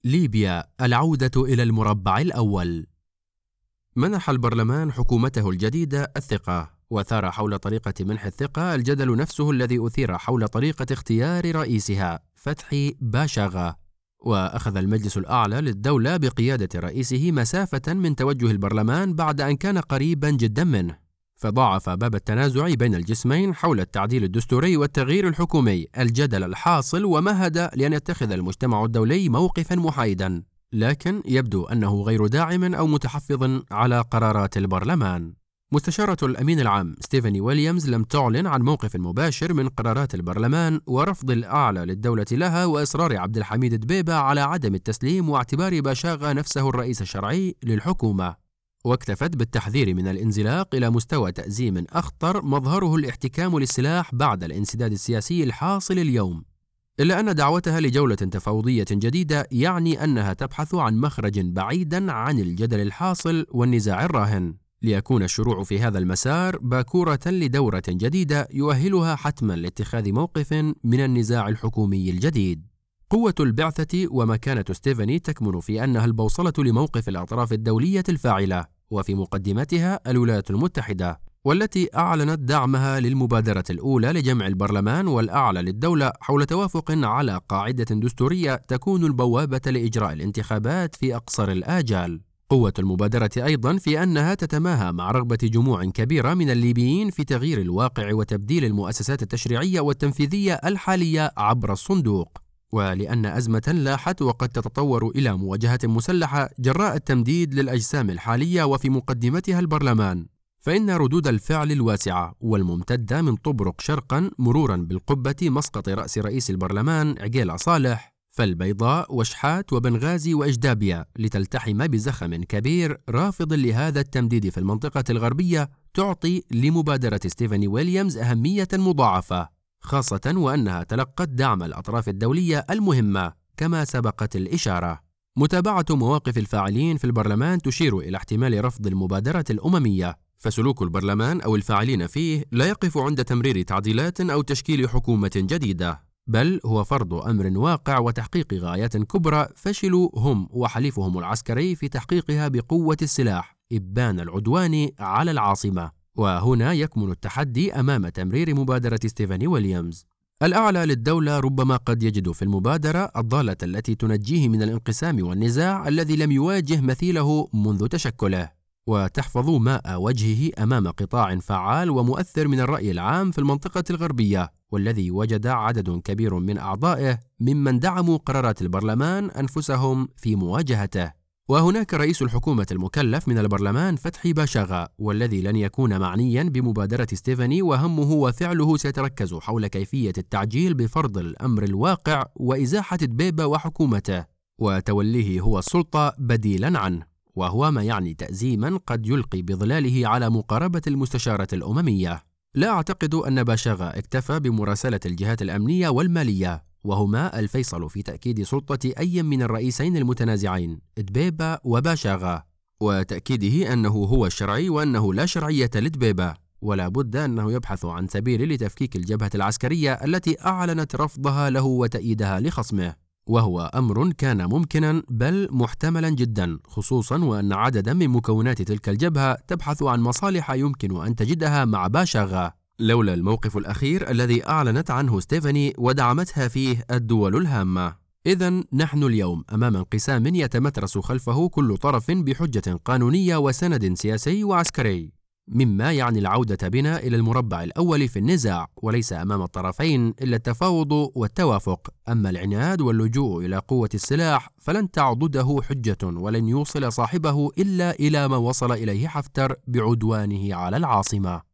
ليبيا: العودة إلى المربع الأول. منح البرلمان حكومته الجديدة الثقة، وثار حول طريقة منح الثقة الجدل نفسه الذي أثير حول طريقة اختيار رئيسها فتحي باشاغا. وأخذ المجلس الأعلى للدولة بقيادة رئيسه مسافة من توجه البرلمان بعد أن كان قريبا جدا منه، فضاعف باب التنازع بين الجسمين حول التعديل الدستوري والتغيير الحكومي الجدل الحاصل، ومهد لأن يتخذ المجتمع الدولي موقفا محايدا، لكن يبدو أنه غير داعم أو متحفظ على قرارات البرلمان. مستشارة الأمين العام ستيفاني ويليامز لم تعلن عن موقف مباشر من قرارات البرلمان ورفض الأعلى للدولة لها، وإصرار عبد الحميد دبيبة على عدم التسليم واعتبار باشاغا نفسه الرئيس الشرعي للحكومة. واكتفت بالتحذير من الانزلاق إلى مستوى تأزيم أخطر مظهره الاحتكام للسلاح بعد الانسداد السياسي الحاصل اليوم، إلا أن دعوتها لجولة تفاوضية جديدة يعني أنها تبحث عن مخرج بعيدا عن الجدل الحاصل والنزاع الراهن، ليكون الشروع في هذا المسار باكورة لدورة جديدة يؤهلها حتما لاتخاذ موقف من النزاع الحكومي الجديد. قوة البعثة ومكانة ستيفاني تكمن في أنها البوصلة لموقف الأطراف الدولية الفاعلة، وفي مقدمتها الولايات المتحدة، والتي أعلنت دعمها للمبادرة الأولى لجمع البرلمان والأعلى للدولة حول توافق على قاعدة دستورية تكون البوابة لإجراء الانتخابات في أقصر الآجال. قوة المبادرة أيضا في أنها تتماهى مع رغبة جموع كبيرة من الليبيين في تغيير الواقع وتبديل المؤسسات التشريعية والتنفيذية الحالية عبر الصندوق، ولأن أزمة لاحت وقد تتطور إلى مواجهة مسلحة جراء التمديد للأجسام الحالية وفي مقدمتها البرلمان، فإن ردود الفعل الواسعة والممتدة من طبرق شرقا مرورا بالقبة مسقط رأس رئيس البرلمان عقيل صالح، فالبيضاء وشحات وبنغازي وإجدابية لتلتحم بزخم كبير رافض لهذا التمديد في المنطقة الغربية، تعطي لمبادرة ستيفاني ويليامز أهمية مضاعفة، خاصة وأنها تلقت دعم الأطراف الدولية المهمة كما سبقت الإشارة. متابعة مواقف الفاعلين في البرلمان تشير إلى احتمال رفض المبادرة الأممية، فسلوك البرلمان أو الفاعلين فيه لا يقف عند تمرير تعديلات أو تشكيل حكومة جديدة، بل هو فرض أمر واقع وتحقيق غايات كبرى فشلوا هم وحليفهم العسكري في تحقيقها بقوة السلاح إبان العدوان على العاصمة. وهنا يكمن التحدي أمام تمرير مبادرة ستيفاني ويليامز. الأعلى للدولة ربما قد يجد في المبادرة الضالة التي تنجيه من الانقسام والنزاع الذي لم يواجه مثيله منذ تشكله، وتحفظ ماء وجهه أمام قطاع فعال ومؤثر من الرأي العام في المنطقة الغربية، والذي وجد عدد كبير من أعضائه ممن دعموا قرارات البرلمان أنفسهم في مواجهته. وهناك رئيس الحكومة المكلف من البرلمان فتحي باشاغا، والذي لن يكون معنيا بمبادرة ستيفاني، وهمه وفعله سيتركز حول كيفية التعجيل بفرض الأمر الواقع وإزاحة دبيبة وحكومته وتوليه هو السلطة بديلا عنه، وهو ما يعني تأزيما قد يلقي بظلاله على مقاربة المستشارة الأممية. لا أعتقد أن باشاغا اكتفى بمراسلة الجهات الأمنية والمالية، وهما الفيصل في تأكيد سلطة أي من الرئيسين المتنازعين دبيبة وباشاغا، وتأكيده أنه هو الشرعي وأنه لا شرعية لدبيبة، ولا بد أنه يبحث عن سبيل لتفكيك الجبهة العسكرية التي أعلنت رفضها له وتأييدها لخصمه، وهو أمر كان ممكنا بل محتملا جدا، خصوصا وأن عددا من مكونات تلك الجبهة تبحث عن مصالح يمكن أن تجدها مع باشاغا، لولا الموقف الأخير الذي أعلنت عنه ستيفاني ودعمتها فيه الدول الهامة. إذن نحن اليوم أمام انقسام يتمترس خلفه كل طرف بحجة قانونية وسند سياسي وعسكري، مما يعني العودة بنا إلى المربع الأول في النزاع، وليس أمام الطرفين إلا التفاوض والتوافق. أما العناد واللجوء إلى قوة السلاح فلن تعضده حجة ولن يوصل صاحبه إلا إلى ما وصل إليه حفتر بعدوانه على العاصمة.